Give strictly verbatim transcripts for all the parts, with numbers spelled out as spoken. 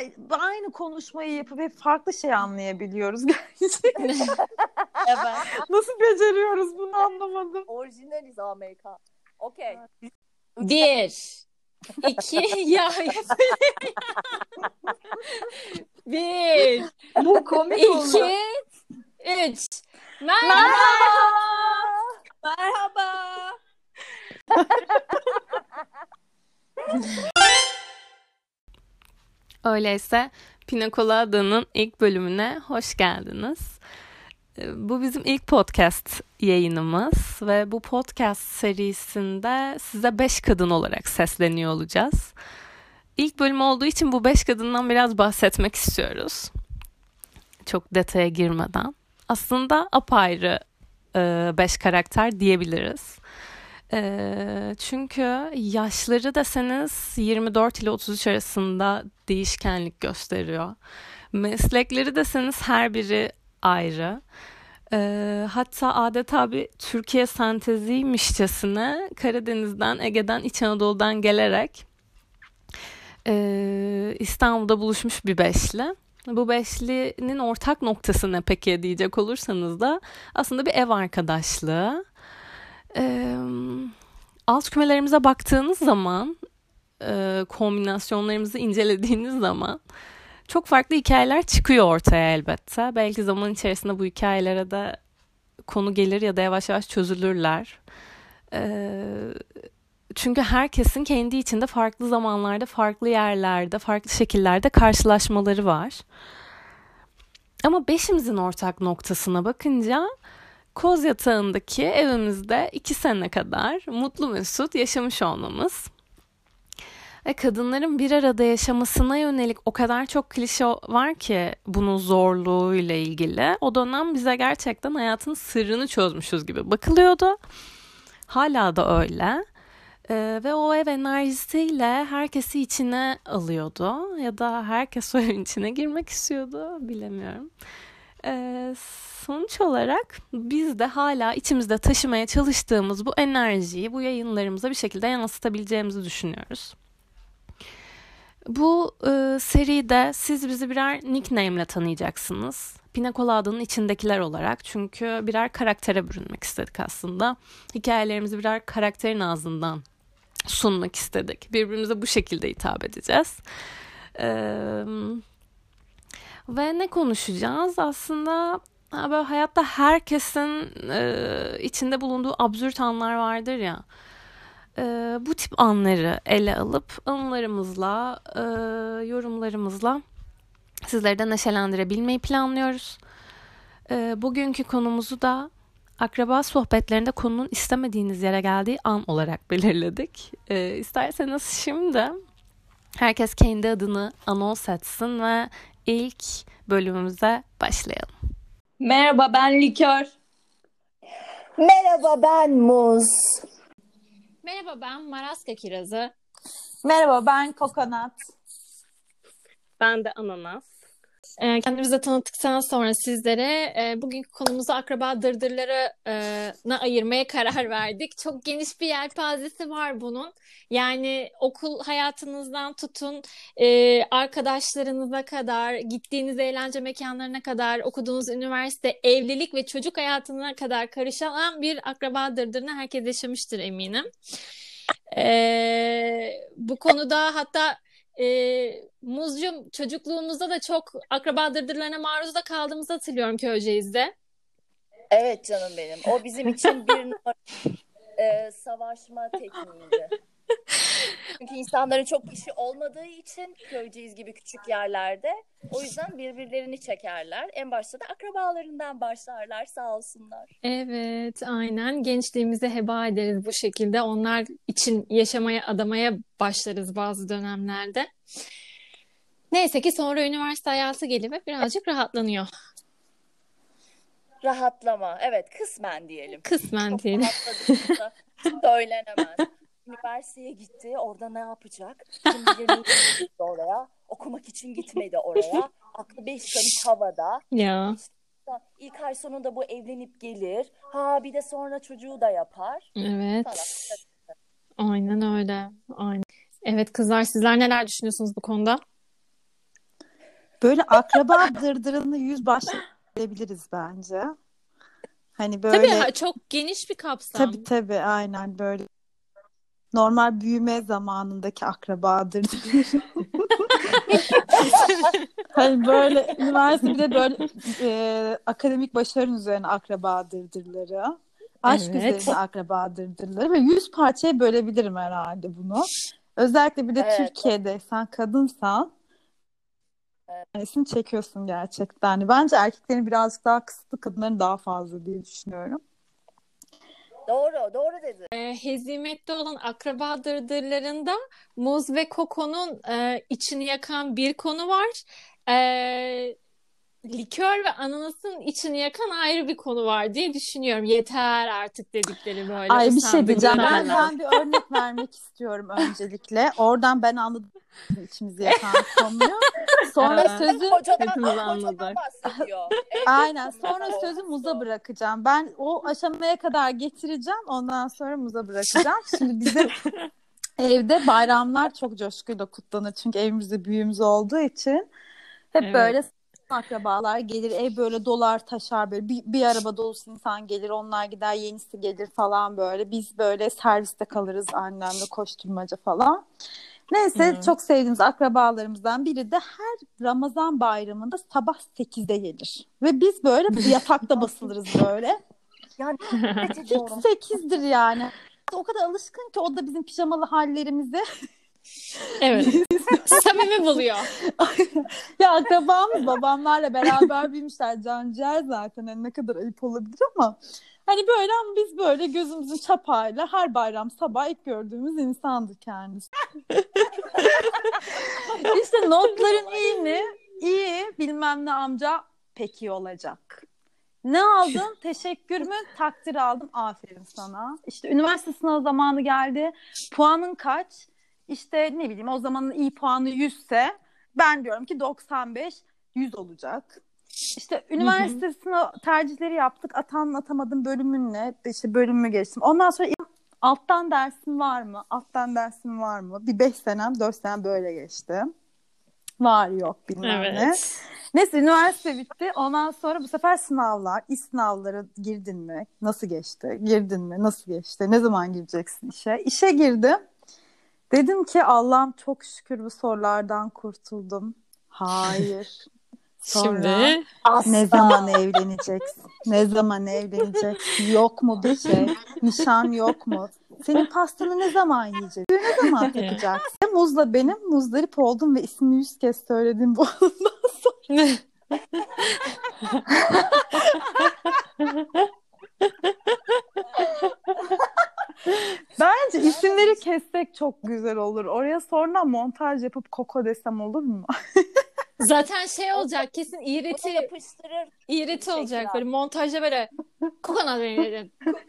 aynı konuşmayı yapıp hep farklı şey anlayabiliyoruz gerçekten. Evet. Nasıl beceriyoruz bunu anlamadım. Orijinaliz Amerika. Okey. Bir, iki, ya bir, Bu komik iki, oldu. üç. Merhaba. Merhaba. Öyleyse Pina Colada'nın ilk bölümüne hoş geldiniz. Bu bizim ilk podcast yayınımız ve bu podcast serisinde size beş kadın olarak sesleniyor olacağız. İlk bölüm olduğu için bu beş kadından biraz bahsetmek istiyoruz. Çok detaya girmeden. Aslında apayrı beş karakter diyebiliriz. Çünkü yaşları deseniz yirmi dört ile otuz üç arasında değişkenlik gösteriyor. Meslekleri deseniz her biri ayrı. Hatta adeta bir Türkiye senteziymişçesine Karadeniz'den, Ege'den, İç Anadolu'dan gelerek İstanbul'da buluşmuş bir beşli. Bu beşlinin ortak noktası ne peki diyecek olursanız da aslında bir ev arkadaşlığı. Ee, alt kümelerimize baktığınız zaman, e, kombinasyonlarımızı incelediğiniz zaman çok farklı hikayeler çıkıyor ortaya elbette. Belki zaman içerisinde bu hikayelere de konu gelir ya da yavaş yavaş çözülürler. Ee, çünkü herkesin kendi içinde farklı zamanlarda, farklı yerlerde, farklı şekillerde karşılaşmaları var. Ama beşimizin ortak noktasına bakınca koz yatağındaki evimizde iki sene kadar mutlu mesut yaşamış olmamız. Ve kadınların bir arada yaşamasına yönelik o kadar çok klişe var ki bunun zorluğuyla ilgili. O dönem bize gerçekten hayatın sırrını çözmüşüz gibi bakılıyordu. Hala da öyle. Ee, ve o ev enerjisiyle herkesi içine alıyordu. Ya da herkes o evin içine girmek istiyordu. Bilemiyorum. Ee, sonuç olarak biz de hala içimizde taşımaya çalıştığımız bu enerjiyi bu yayınlarımıza bir şekilde yansıtabileceğimizi düşünüyoruz. Bu e, seride siz bizi birer nickname'le tanıyacaksınız. Pina Colada'nın içindekiler olarak. Çünkü birer karaktere bürünmek istedik aslında. Hikayelerimizi birer karakterin ağzından sunmak istedik. Birbirimize bu şekilde hitap edeceğiz. Eee... Ve ne konuşacağız? Aslında böyle hayatta herkesin e, içinde bulunduğu absürt anlar vardır ya. E, bu tip anları ele alıp anılarımızla, e, yorumlarımızla sizleri de neşelendirebilmeyi planlıyoruz. E, bugünkü konumuzu da akraba sohbetlerinde konunun istemediğiniz yere geldiği an olarak belirledik. E, isterseniz şimdi herkes kendi adını anons etsin ve İlk bölümümüze başlayalım. Merhaba, ben Likör. Merhaba, ben Muz. Merhaba, ben Maraska Kirazı. Merhaba, ben Kokonat. Ben de Ananas. Kendimizi de tanıttıktan sonra sizlere e, bugünkü konumuzu akraba dırdırlarına ayırmaya karar verdik. Çok geniş bir yelpazesi var bunun. Yani okul hayatınızdan tutun, e, arkadaşlarınıza kadar, gittiğiniz eğlence mekanlarına kadar, okuduğunuz üniversite, evlilik ve çocuk hayatına kadar karışan bir akraba dırdırını herkes yaşamıştır eminim. E, bu konuda hatta E, Muzcum, çocukluğumuzda da çok akraba dırdırlarına maruz da kaldığımızı hatırlıyorum Köyceğiz'de. Evet canım benim. O bizim için bir numara e, savaşma tekniğiydi. Çünkü insanların çok kişi olmadığı için Köyceğiz gibi küçük yerlerde o yüzden birbirlerini çekerler. En başta da akrabalarından başlarlar sağ olsunlar. Evet, aynen. Gençliğimizi heba ederiz bu şekilde. Onlar için yaşamaya, adamaya başlarız bazı dönemlerde. Neyse ki sonra üniversite hayatı geliyor ve birazcık rahatlanıyor. Rahatlama. Evet, kısmen diyelim. Kısmen Çok diyelim. rahatladığında söylenemez. Üniversiteye gitti, orada ne yapacak? Kim bilir niye gitti oraya? Okumak için gitmedi oraya. Aklı beş karış havada. Ya. İlk ay sonunda bu evlenip gelir. Ha bir de sonra çocuğu da yapar. Evet. Falan. Aynen öyle. Aynen. Evet kızlar, sizler neler düşünüyorsunuz bu konuda? Böyle akraba dırdırını yüz başlı verebiliriz bence. Hani Tabii böyle ha, çok geniş bir kapsam. tabii tabii aynen böyle normal büyüme zamanındaki akraba dırdırı. Hani böyle üniversitede böyle e, akademik başarının üzerine akraba dırdırları, aşk Evet. üzerine akraba dırdırları ve yüz parçaya bölebilirim herhalde bunu. Özellikle bir de Evet. Türkiye'de sen kadınsan Evet. tanesini çekiyorsun gerçekten. Yani bence erkeklerin birazcık daha kısıtlı, kadınların daha fazla diye düşünüyorum. Doğru, doğru dedin. E, Hezimette olan akraba dırdırlarında Muz ve Koko'nun e, içini yakan bir konu var. E, likör ve ananasın içini yakan ayrı bir konu var diye düşünüyorum. Yeter artık dedikleri böyle Ay bir şey diyeceğim. Ben, usandırıcı. ben bir örnek vermek istiyorum öncelikle. Oradan ben anladım içimizi yakan konuyu. Sonra Evet. sözü Kocadan, Hepimiz kocadan anladık. bahsediyor. Evet, aynen kocadan sonra sözü bahsediyor. muza bırakacağım. Ben o aşamaya kadar getireceğim. Ondan sonra muza bırakacağım. Şimdi bizim evde bayramlar çok coşkuyla kutlanır. Çünkü evimizde büyüğümüz olduğu için hep Evet. böyle akrabalar gelir. Ev böyle dolar taşar böyle. Bir, bir araba dolusu insan gelir. Onlar gider, yenisi gelir falan böyle. Biz böyle serviste kalırız annemle koşturmaca falan. Neyse Hı. çok sevdiğimiz akrabalarımızdan biri de her Ramazan bayramında sabah sekizde gelir. Ve biz böyle yatakta basılırız böyle. Yani nefret Hiç ediyorum. sekizdir yani. O kadar alışkın ki o da bizim pijamalı hallerimize. Evet. Samimi buluyor. Ya akrabamız babamlarla beraber büyümüşler. Canciğer zaten. Yani ne kadar ayıp olabilir ama. Hani böyle ama biz böyle gözümüzün çapağıyla her bayram sabah ilk gördüğümüz insandı kendisi. İşte notların iyi mi? İyi. Bilmem ne amca pek iyi olacak. Ne aldın? Teşekkür mü? Takdir aldım. Aferin sana. İşte üniversite sınavı zamanı geldi. Puanın kaç? İşte ne bileyim o zamanın iyi puanı yüzse ben diyorum ki doksan beş, yüz olacak. İşte üniversite sınav tercihleri yaptık. Atanın atamadığım bölümün ne? İşte bölümümü geçtim. Ondan sonra alttan dersim var mı? Alttan dersim var mı? Bir beş senem, dört senem böyle geçti. Var yok bilmem ne. Evet. Neyse üniversite bitti. Ondan sonra bu sefer sınavlar. İş sınavları girdin mi? Nasıl geçti? Girdin mi? Nasıl geçti? Ne zaman gireceksin işe? İşe girdim. Dedim ki Allah'ım çok şükür bu sorulardan kurtuldum. Hayır. Sonra Şimdi ne zaman evleneceksin? Ne zaman evleneceksin? Yok mu bir şey? Nişan yok mu? Senin pastanı ne zaman yiyeceksin? Düğünü ne zaman takacaksın? Ve Muz'la benim muzdarip oldum ve ismini yüz kez söyledim bu ondan sonra. Bence isimleri kessek çok güzel olur. Oraya sonra montaj yapıp Koko desem olur mu? zaten şey olacak kesin Bunu iğreti yapıştırır. iğreti Şey olacak kral. böyle montajda böyle kokonat verelim.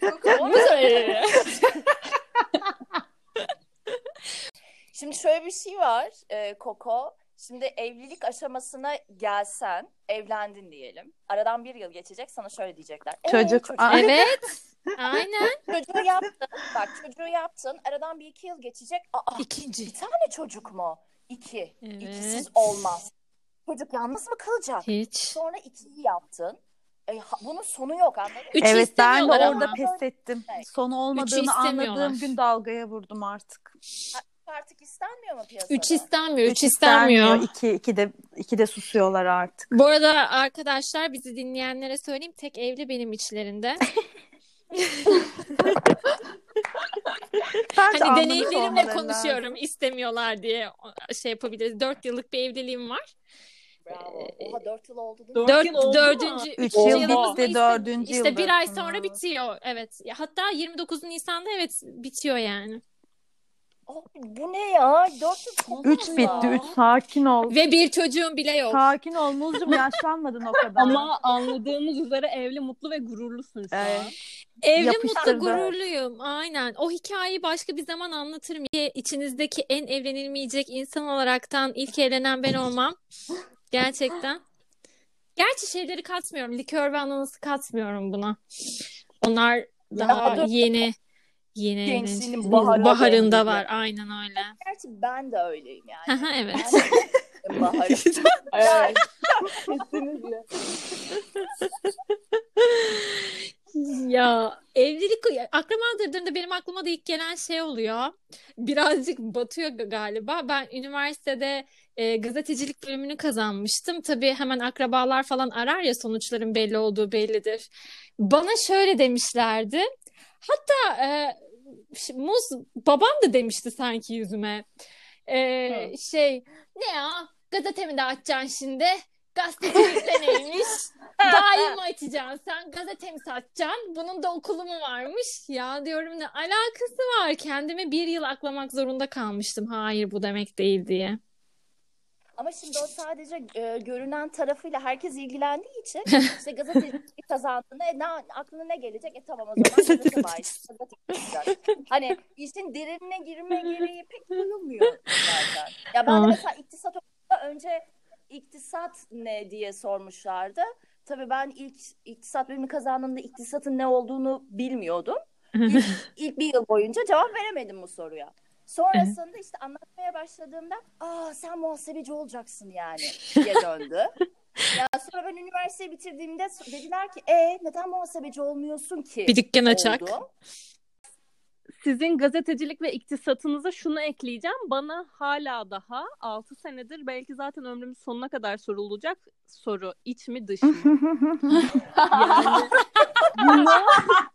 Şimdi şöyle bir şey var e, Koko. Şimdi evlilik aşamasına gelsen, evlendin diyelim. Aradan bir yıl geçecek, sana şöyle diyecekler. "Ee, Çocuk. çocuk Ay. Evet. Aynen. çocuğu yaptın. Bak çocuğu yaptın. Aradan bir iki yıl geçecek. Aa, İkinci. bir tane çocuk mu? İki. Evet. İkisiz olmaz. Çocuk yalnız mı kalacak? Hiç. Sonra ikiyi yaptın. E, ha- bunun sonu yok anladın mı? Üç Evet ben de istemiyorlar orada ama. pes ettim. Evet. Sonu olmadığını istemiyorlar. anladığım gün dalgaya vurdum artık. Artık istenmiyor mu piyasada? Üç istenmiyor. Üç Üç istenmiyor. İki, iki de iki de susuyorlar artık. Bu arada arkadaşlar bizi dinleyenlere söyleyeyim. Tek evli benim içlerinde. Bence Hani anlamış deneyimlerimle olmaları konuşuyorum. lazım. İstemiyorlar diye şey yapabiliriz. Dört yıllık bir evliliğim var. Bravo. Oha dört yıl oldu değil mi? Dört Dört, yıl oldu mu? dördüncü, Üç üçüncü yıl yılımızda bitti, iste- dördüncü işte bir ay yıldasınız. sonra bitiyor. Evet. Ya hatta yirmi dokuz Nisan'da evet bitiyor yani. Aa, bu ne ya? Dört yıl çok Üç fazla. bitti. Üç sakin ol. Ve bir çocuğum bile yok. Sakin ol Muzcum yaşlanmadın o kadar. Ama anladığımız üzere evli, mutlu ve gururlusun şu Evet. an. Evli Yapıştırdı. mutlu gururluyum. Aynen. O hikayeyi başka bir zaman anlatırım. İçinizdeki en evlenilmeyecek insan olaraktan ilk evlenen ben olmam. Gerçekten. Gerçi şeyleri katmıyorum. Likör ve ananası katmıyorum buna. Onlar daha dur. yeni yeni Gençliğinin evlenecek. baharına Baharında döndü. var. Aynen öyle. Gerçi ben de öyleyim yani. Haha, evet. Ben de baharı. Evet. Kesinlikle. Ya evlilik akraba dırdırında benim aklıma da ilk gelen şey oluyor. Birazcık batıyor galiba. Ben üniversitede e, gazetecilik bölümünü kazanmıştım. Tabii hemen akrabalar falan arar ya, sonuçların belli olduğu bellidir. Bana şöyle demişlerdi. Hatta e, Muz babam da demişti sanki yüzüme. E, Hı. şey ne ya, gazete mi dağıtacaksın şimdi? Gazetecilik de neymiş? Daim mi açacaksın sen? Gazete mi satacaksın? Bunun da okulu mu varmış? Ya diyorum, ne alakası var? Kendime bir yıl aklamak zorunda kalmıştım. Hayır, bu demek değil diye. Ama şimdi o sadece e, görünen tarafıyla herkes ilgilendiği için işte gazetecilik kazandığında e, ne, aklına ne gelecek? E tamam, o zaman gazete var. İşte gazete yapacağız. Hani işin derinine girme gereği pek duyulmuyor zaten. Ya ben de Ay. mesela iktisat okulunda önce iktisat ne diye sormuşlardı. Tabii ben ilk iktisat bölümü kazandığımda iktisatın ne olduğunu bilmiyordum. İlk, ilk bir yıl boyunca cevap veremedim bu soruya. Sonrasında işte anlatmaya başladığımda aa sen muhasebeci olacaksın yani diye döndü. Ya sonra ben üniversiteyi bitirdiğimde dediler ki e neden muhasebeci olmuyorsun ki? Bir dükkan açak. Oldum. Sizin gazetecilik ve iktisatınıza şunu ekleyeceğim. Bana hala daha altı senedir, belki zaten ömrümün sonuna kadar sorulacak soru: iç mi dış mı? Yani buna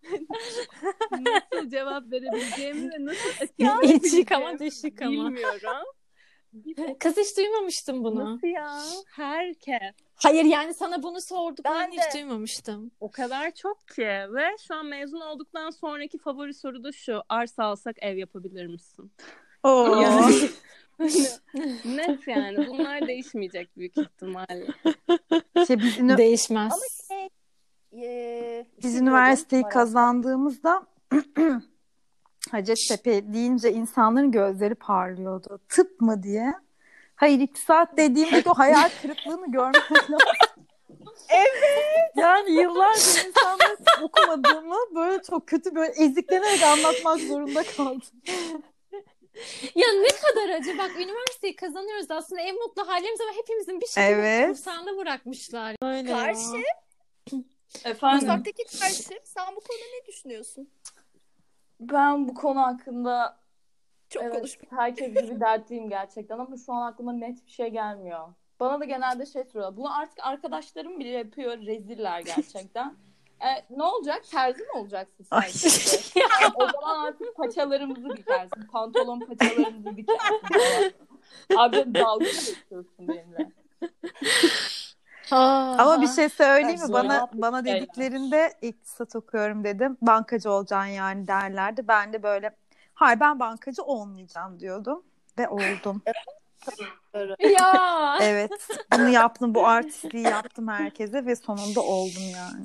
nasıl cevap verebileceğimi ve nasıl açıklayabileceğimi İç yıkama, dış yıkama. bilmiyorum. Kız, hiç duymamıştım bunu. Nasıl ya? Herkes. Hayır, yani sana bunu sorduklarını Ben hiç de. duymamıştım. O kadar çok ki, ve şu an mezun olduktan sonraki favori soru da şu: arsa alsak ev yapabilir misin? Oo. Yani net yani. Bunlar değişmeyecek büyük ihtimalle. İşte biz, ünü- Değişmez. Ama şey e, biz şey üniversiteyi diyordum, kazandığımızda Hacettepe deyince insanların gözleri parlıyordu. Tıp mı diye. Hayır, iktisat dediğimde o hayal kırıklığını görmek lazım. Evet. Yani yıllardır insanlara tıp okumadığımı böyle çok kötü, böyle eziklenerek anlatmak zorunda kaldım. Ya ne kadar acı. Bak, üniversiteyi kazanıyoruz aslında, en mutlu halimiz, ama hepimizin bir şekilde Evet. kursağında bırakmışlar. Öyle ya. Karşı, Efendim, mutfaktaki karşı. Sen bu konuda ne düşünüyorsun? ben bu konu hakkında Çok evet, konuşmayayım. herkes gibi dertliyim gerçekten ama şu an aklıma net bir şey gelmiyor. Bana da genelde şey soruyorlar. Bunu artık arkadaşlarım bile yapıyor. Reziller gerçekten. E, ne olacak? Terzi mi olacaksın sen Ay. şimdi? Yani o zaman artık paçalarımızı dikersin. Pantolon paçalarımızı dikersin falan. Abi dalga mı geçiyorsun benimle? Ama bir şey söyleyeyim mi? Sonra Bana yaptık bana şeyler. dediklerinde iktisat okuyorum dedim. Bankacı olacaksın yani derlerdi. Ben de böyle hayır, ben bankacı olmayacağım diyordum. Ve oldum. Ya. Evet. Bunu yaptım. Bu artistliği yaptım herkese ve sonunda oldum yani.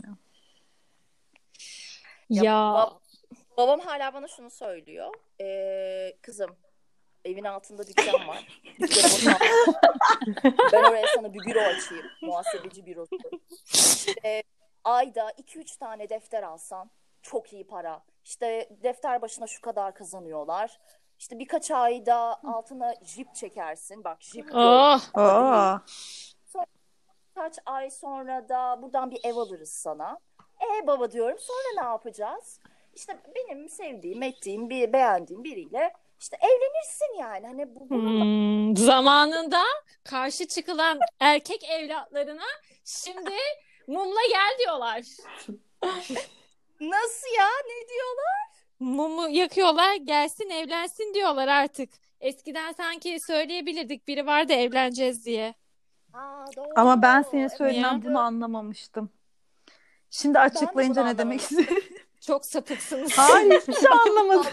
Ya. bab- Babam hala bana şunu söylüyor. Ee, kızım, evin altında dükkan var. Dükkanı boşalt. Ben oraya sana bir büro açayım. Muhasebeci bürosu. İşte ayda iki üç tane defter alsan çok iyi para. İşte defter başına şu kadar kazanıyorlar. İşte birkaç ayda altına jip çekersin. Bak, jip diyorum. Oh. Oo. Kaç ay sonra da buradan bir ev alırız sana. E baba diyorum, sonra ne yapacağız? İşte benim sevdiğim, ettiğim, bir beğendiğim biriyle işte evlenirsin yani. Hani bu bunun Hmm, zamanında karşı çıkılan erkek evlatlarına şimdi mumla gel diyorlar. nasıl ya? Ne diyorlar? Mumu yakıyorlar, gelsin evlensin diyorlar artık. Eskiden sanki söyleyebilirdik, biri vardı evleneceğiz diye. Aa, doğru. Ama ben senin Evet, söylediğinden ya. bunu anlamamıştım. Şimdi açıklayınca bunu ne demek anlamamıştım. istediğini. Çok sapıksınız. Hayır, hiçbir şey anlamadım.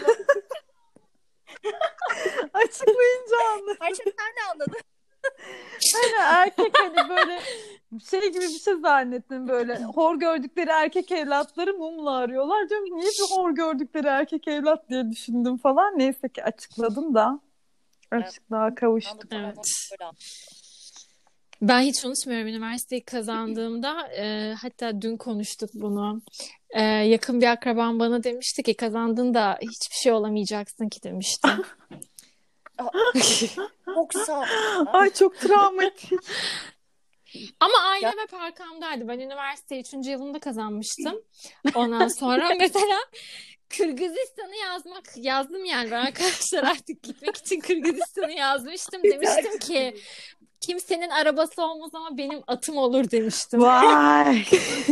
Açıklayınca anladım. Ayşe, sen ne anladın? Hani erkek, hani böyle şey gibi bir şey zannettim, böyle hor gördükleri erkek evlatları mumla arıyorlar. Diyorum niye bir hor gördükleri erkek evlat diye düşündüm falan. Neyse ki açıkladım da açıklığa kavuştuk. Ben de Evet. böyle anladım. Ben hiç unutmuyorum üniversiteyi kazandığımda, e, hatta dün konuştuk bunu. E, yakın bir akrabam bana demişti ki kazandın da hiçbir şey olamayacaksın ki demişti. Çok sağ. Ay çok travmatik. Ama ailem hep arkamdaydı. Ben üniversite üçüncü yılında kazanmıştım. Ondan sonra mesela Kırgızistan'ı yazmak yazdım yani. Ben arkadaşlar artık gitmek için Kırgızistan'ı yazmıştım. Demiştim ki kimsenin arabası olmaz ama benim atım olur demiştim. Vay.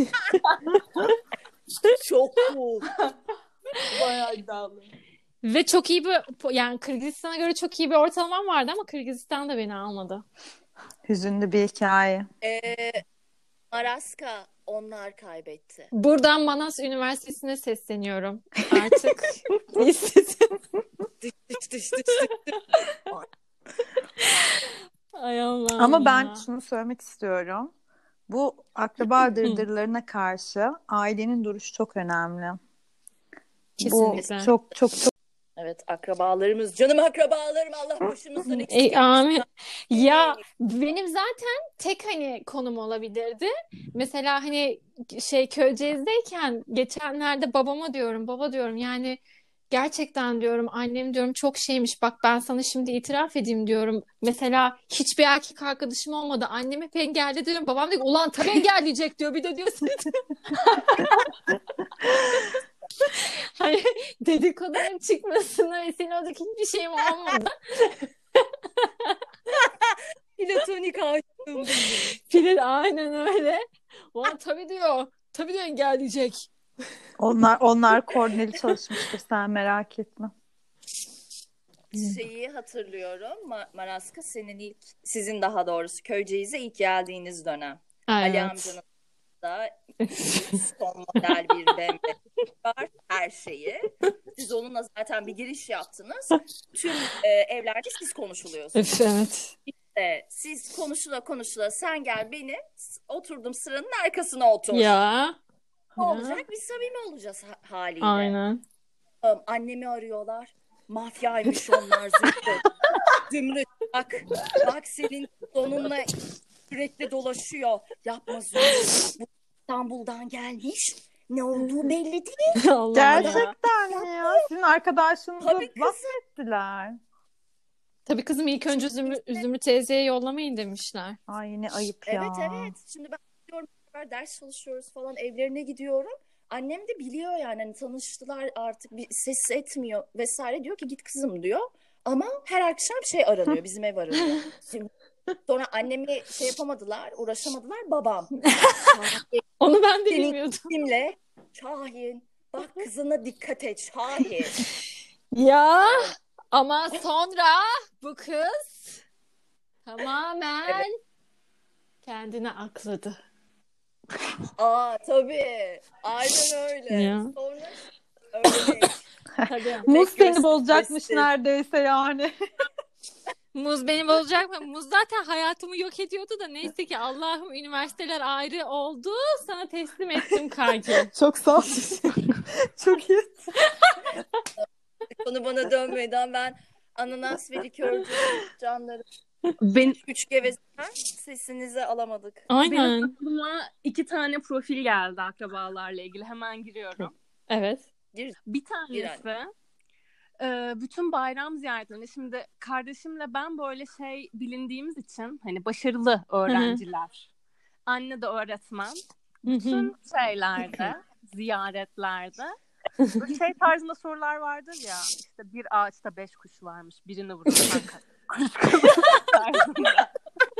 Çok cool. Bayağı iddialı. Ve çok iyi bir yani Kırgızistan'a göre çok iyi bir ortalamam vardı ama Kırgızistan da beni almadı. Hüzünlü bir hikaye. Ee, Maraska onlar kaybetti. Buradan Manas Üniversitesi'ne sesleniyorum. Artık iyi sesim. Dış dış dış dış dış. Ay Allah'ım Ama ben ya. şunu söylemek istiyorum. Bu akraba dırdırlarına karşı ailenin duruşu çok önemli. Kesinlikle. Bu çok çok çok Evet, akrabalarımız, canım akrabalarım, Allah başımızdan eksik E, etmesin. amin. Ya benim zaten tek hani konum olabilirdi. Mesela hani şey Köyceğiz'deyken geçenlerde babama diyorum, baba diyorum yani gerçekten diyorum annem diyorum çok şeymiş bak ben sana şimdi itiraf edeyim diyorum. Mesela hiçbir erkek arkadaşım olmadı. Annem hep engelledi diyorum. Babam diyor ki, ulan tabii engelleyecek diyor. Bir de diyorsun. Hani dedikoduların çıkmasına vesile olacak hiçbir şeyim olmadı. Platonik aşkım. Filin aynen öyle. Ulan tabii diyor. Tabii diyor engelleyecek. onlar onlar koordineli çalışmıştır sen merak etme. Şeyi hatırlıyorum. Ma- Maraska senin ilk, sizin daha doğrusu Köyceğiz'e ilk geldiğiniz dönem. Ali Evet. amcanın da son model bir B M W var. Her şeyi. Siz onunla zaten bir giriş yaptınız. Tüm e, evlerde siz konuşuluyorsunuz. Üf, evet. E, siz konuşula konuşula sen gel beni oturdum sıranın arkasına otur. Ya. Ne Ya. olacak? Biz samimi olacağız ha- haliyle. Aynen. Um, Annemi arıyorlar. Mafyaymış onlar zümrüt. Zümrüt bak. Bak senin donunla sürekli dolaşıyor. Yapma Zümrüt. Bu İstanbul'dan gelmiş. Ne olduğu belli değil. Allah Allah. Gerçekten mi ya? Sizin arkadaşınızı Tabii kızım. bahsettiler. Tabii kızım ilk önce Zümrüt, Zümrüt teyzeye yollamayın demişler. Ay ne ayıp ya. Evet evet. Şimdi ben gidiyorum beraber ders çalışıyoruz falan evlerine gidiyorum. Annem de biliyor yani hani tanıştılar artık bir ses etmiyor vesaire diyor ki git kızım diyor. Ama her akşam şey aranıyor bizim ev aranıyor. Şimdi, sonra annemi şey yapamadılar uğraşamadılar babam. Şahin, Onu ben de Senin- bilmiyordum. kimle? Şahin bak kızına dikkat et Şahin. Ya ama sonra bu kız tamamen kendini akladı. Aa tabii aynen öyle. Ya. Sonra öyle. Tabii. Muz Tek seni gösterisi. bozacakmış neredeyse yani. Muz beni bozacak mı? Muz zaten hayatımı yok ediyordu da neyse ki Allah'ım üniversiteler ayrı oldu. Sana teslim ettim kanki. Çok sağ ol. Çok iyi. Konu bana dönmeden ben ananas ve likörcü canları Ben, üç gevezirken sesinizi alamadık. Aynen. benim aklıma iki tane profil geldi akrabalarla ilgili. Hemen giriyorum. Evet. Bir tanesi e, bütün bayram ziyaretlerinde şimdi kardeşimle ben böyle şey bilindiğimiz için hani başarılı öğrenciler. Anne de öğretmen. Bütün şeylerde, ziyaretlerde böyle şey tarzında sorular vardır ya. İşte bir ağaçta beş kuş varmış. Birini vurursan kaç kuş kalır tarzında.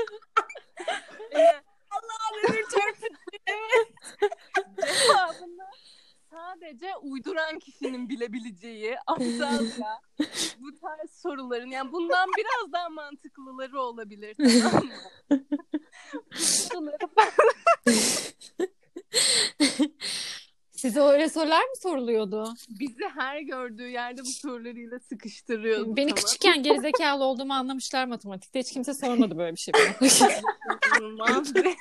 Ee, Allah'ım ömür törpüsü. cevabını sadece uyduran kişinin bilebileceği aptalca bu tarz soruların yani bundan biraz daha mantıklıları olabilir tamam mı? Bu soruları Size öyle sorular mı soruluyordu? bizi her gördüğü yerde bu sorularıyla sıkıştırıyordu. Beni tamam. küçükken gerizekalı olduğumu anlamışlar matematikte. Hiç kimse sormadı böyle bir şey bana. İnanılmaz bir-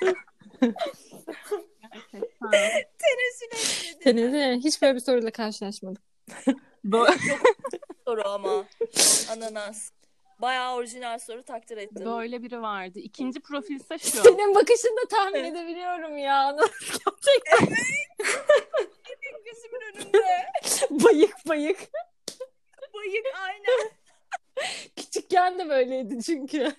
Gerçekten. Senede hiç böyle bir soruyla karşılaşmadım. Böyle, Soru ama ananas. Bayağı orijinal soru takdir ettim. böyle biri vardı. İkinci profilse şu. Senin bakışını da tahmin edebiliyorum ya. Gerçekten Gözümün önünde. bayık bayık. Bayık aynen. Küçükken de böyleydi çünkü.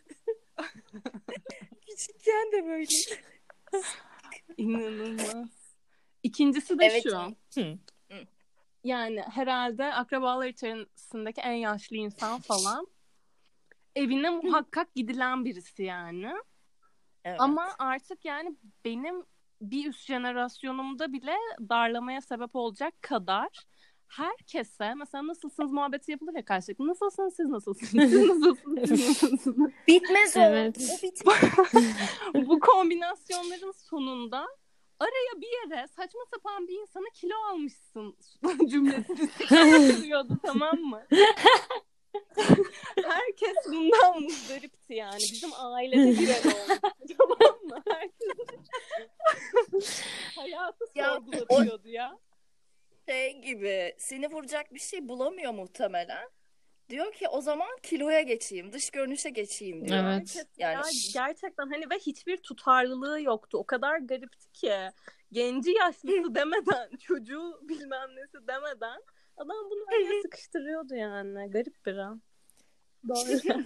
Küçükken de böyle. İnanılmaz. İkincisi de Evet. şu. Hı. Yani herhalde akrabalar içerisindeki en yaşlı insan falan. Evine muhakkak gidilen birisi yani. Evet. Ama artık yani benim bir üst jenerasyonumda bile darlamaya sebep olacak kadar herkese mesela nasılsınız muhabbeti yapılır ya karşılıklı. Nasılsınız siz nasılsınız? Siz nasılsınız? Siz nasılsınız? Bitmez o. Evet. O bitmez. Bu kombinasyonların sonunda araya bir yere saçma sapan bir insana kilo almışsın cümlesini sıkıştırıyordu, tamam mı? Herkes bundan muzdaripti yani. Bizim ailede bir el oldu. Tamam mı? Herkes hayatı Ya, sorgulatıyordu ya. Şey gibi seni vuracak bir şey bulamıyor muhtemelen. Diyor ki o zaman kiloya geçeyim, dış görünüşe geçeyim diyor. Evet. Yani ya, gerçekten hani ve hiçbir tutarlılığı yoktu. O kadar garipti ki. Genci yaşlısı demeden, çocuğu bilmem nesi demeden adam bunu araya sıkıştırıyordu yani. Garip bir an. Doğru.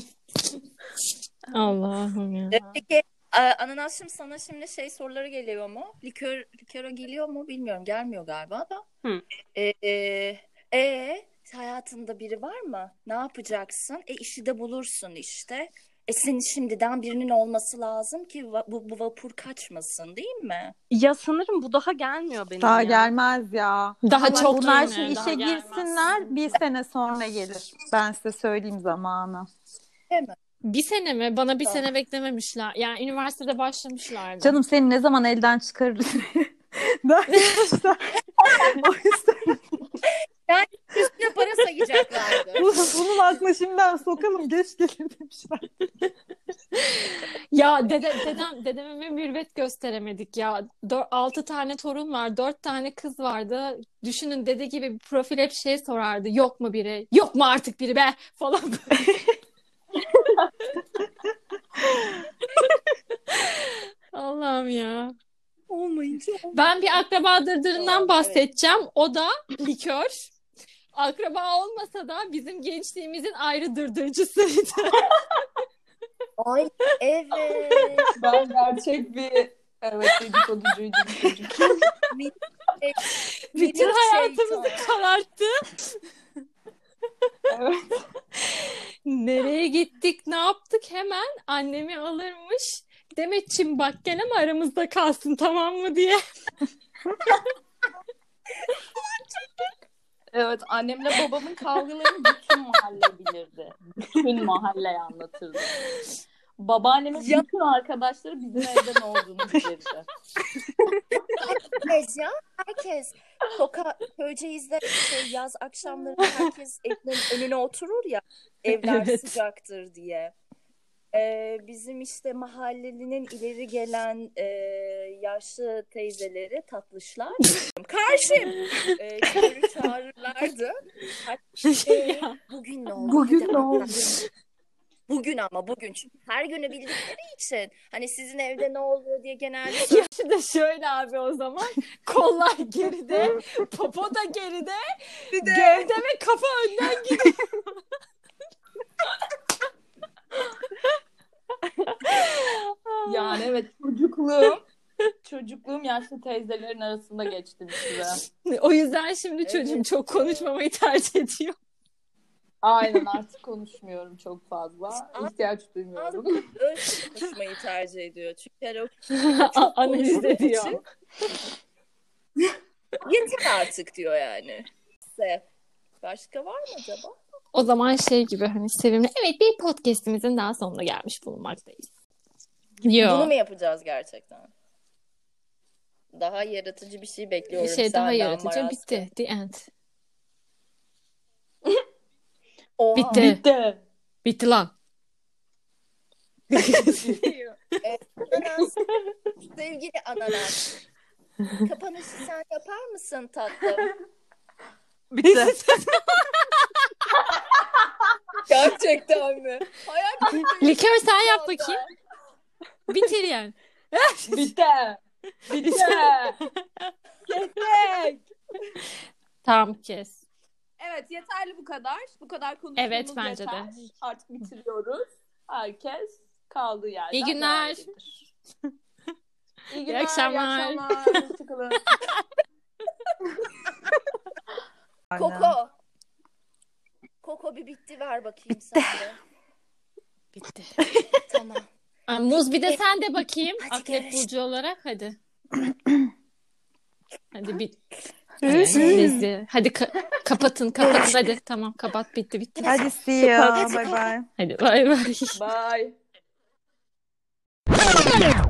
Allah'ım ya. Peki e, Ananas'cığım sana şimdi şey soruları geliyor mu? Likör, likör geliyor mu bilmiyorum. Gelmiyor galiba da. Hı. E, e, e, hayatında biri var mı? Ne yapacaksın? E işi de bulursun işte. E senin şimdiden birinin olması lazım ki va- bu, bu vapur kaçmasın değil mi? Ya sanırım bu daha gelmiyor benim Daha ya. gelmez ya. Daha Ama çok bunlar gelmiyor, şimdi daha işe gelmez. girsinler bir sene sonra gelir. Ben size söyleyeyim zamanı. Değil mi? Bir sene mi? Bana bir Tamam. sene beklememişler. Yani üniversitede başlamışlardı. Canım seni ne zaman elden çıkarırız diye. Ben işte o yüzden Yani üstüne para sayacaklardı. bu- bunun aklına şimdiden sokalım geç gelir demişler. Ya dede, dedem, dedeme mürvet gösteremedik ya. Dör, altı tane torun var. Dört tane kız vardı. Düşünün dede gibi bir profil hep şey sorardı. Yok mu biri? Yok mu artık biri be? Falan böyle. Allah'ım ya. Olmayınca Ben bir akraba dırdırından Evet. bahsedeceğim. O da likör. Akraba olmasa da bizim gençliğimizin ayrı dırdırcısıydı. Ay evet. Ben gerçek bir evet dedikoducuydum çocukken. Bütün Minik hayatımızı şeytan. kararttı. Evet. Nereye gittik, ne yaptık hemen annemi alırmış. Demetçim bak gel ama aramızda kalsın tamam mı diye. Evet, annemle babamın kavgalarını bütün mahalle bilirdi. Bütün mahalleye anlatırdı. Babaannemin Ya- bütün arkadaşları bizim evde ne olduğunu bilirdi. Herkes ya herkes. Soka Köyceğiz'de şey, yaz akşamları herkes evinin önüne oturur ya evler Evet. sıcaktır diye. Ee, bizim işte mahallelinin ileri gelen e, yaşlı teyzeleri tatlışlar karşım e, körü çağırırlardı. E, bugün ne oldu? Bugün Hadi ne anlat. oldu? Bugün ama bugün çünkü her günü bildikleri için hani sizin evde ne oluyor diye genelde Yaşı da şöyle abi o zaman. Kollar geride, popo da geride, gövde ve kafa önden gidiyor. Yani evet çocukluğum çocukluğum yaşlı teyzelerin arasında geçti bir süre. O yüzden şimdi çocuğum Evet. çok konuşmamayı tercih ediyor. Aynen artık konuşmuyorum çok fazla. İhtiyaç duymuyorum. öz konuşmayı tercih ediyor. Çünkü hani o A- Analiz konuştuğu ediyor. için yeter artık diyor yani. Size. Başka var mı acaba? O zaman şey gibi hani sevimli. Evet bir podcastimizin daha sonuna gelmiş bulunmaktayız. Bunu Yo. mu yapacağız gerçekten? Daha yaratıcı bir şey bekliyorum. Bir şey daha senden yaratıcı. Maras. Bitti. The end. Oha. Bitti. Bitti. Bitti lan. Ananas. Sevgili ananas. Kapanışı sen yapar mısın tatlım? Bitti. Gerçekten mi? Hayal kırıklığı Likör sen yap şu anda. bakayım. Bitir yani. Bitti. Bitti. Kestik. Tamam kes. Evet, yeterli bu kadar. Bu kadar konuştuğumuz Evet, bence de. yeter. Artık bitiriyoruz. Herkes kaldığı yerden İyi günler. devam edebilir. İyi günler, akşamlar. iyi akşamlar. Hoşçakalın. Koko. Koko bir bitti ver bakayım sen de. Bitti. Tamam. Aa, Muz bir de sen de bakayım. Hadi Akrep görüşürüz. burcu olarak hadi. Hadi bit. Görüşürüz. Bizi. Hadi ka- kapatın kapatın hadi. Tamam kapat bitti bitti. Hadi see you. Hadi Bye bye. Hadi bay bay. Bye.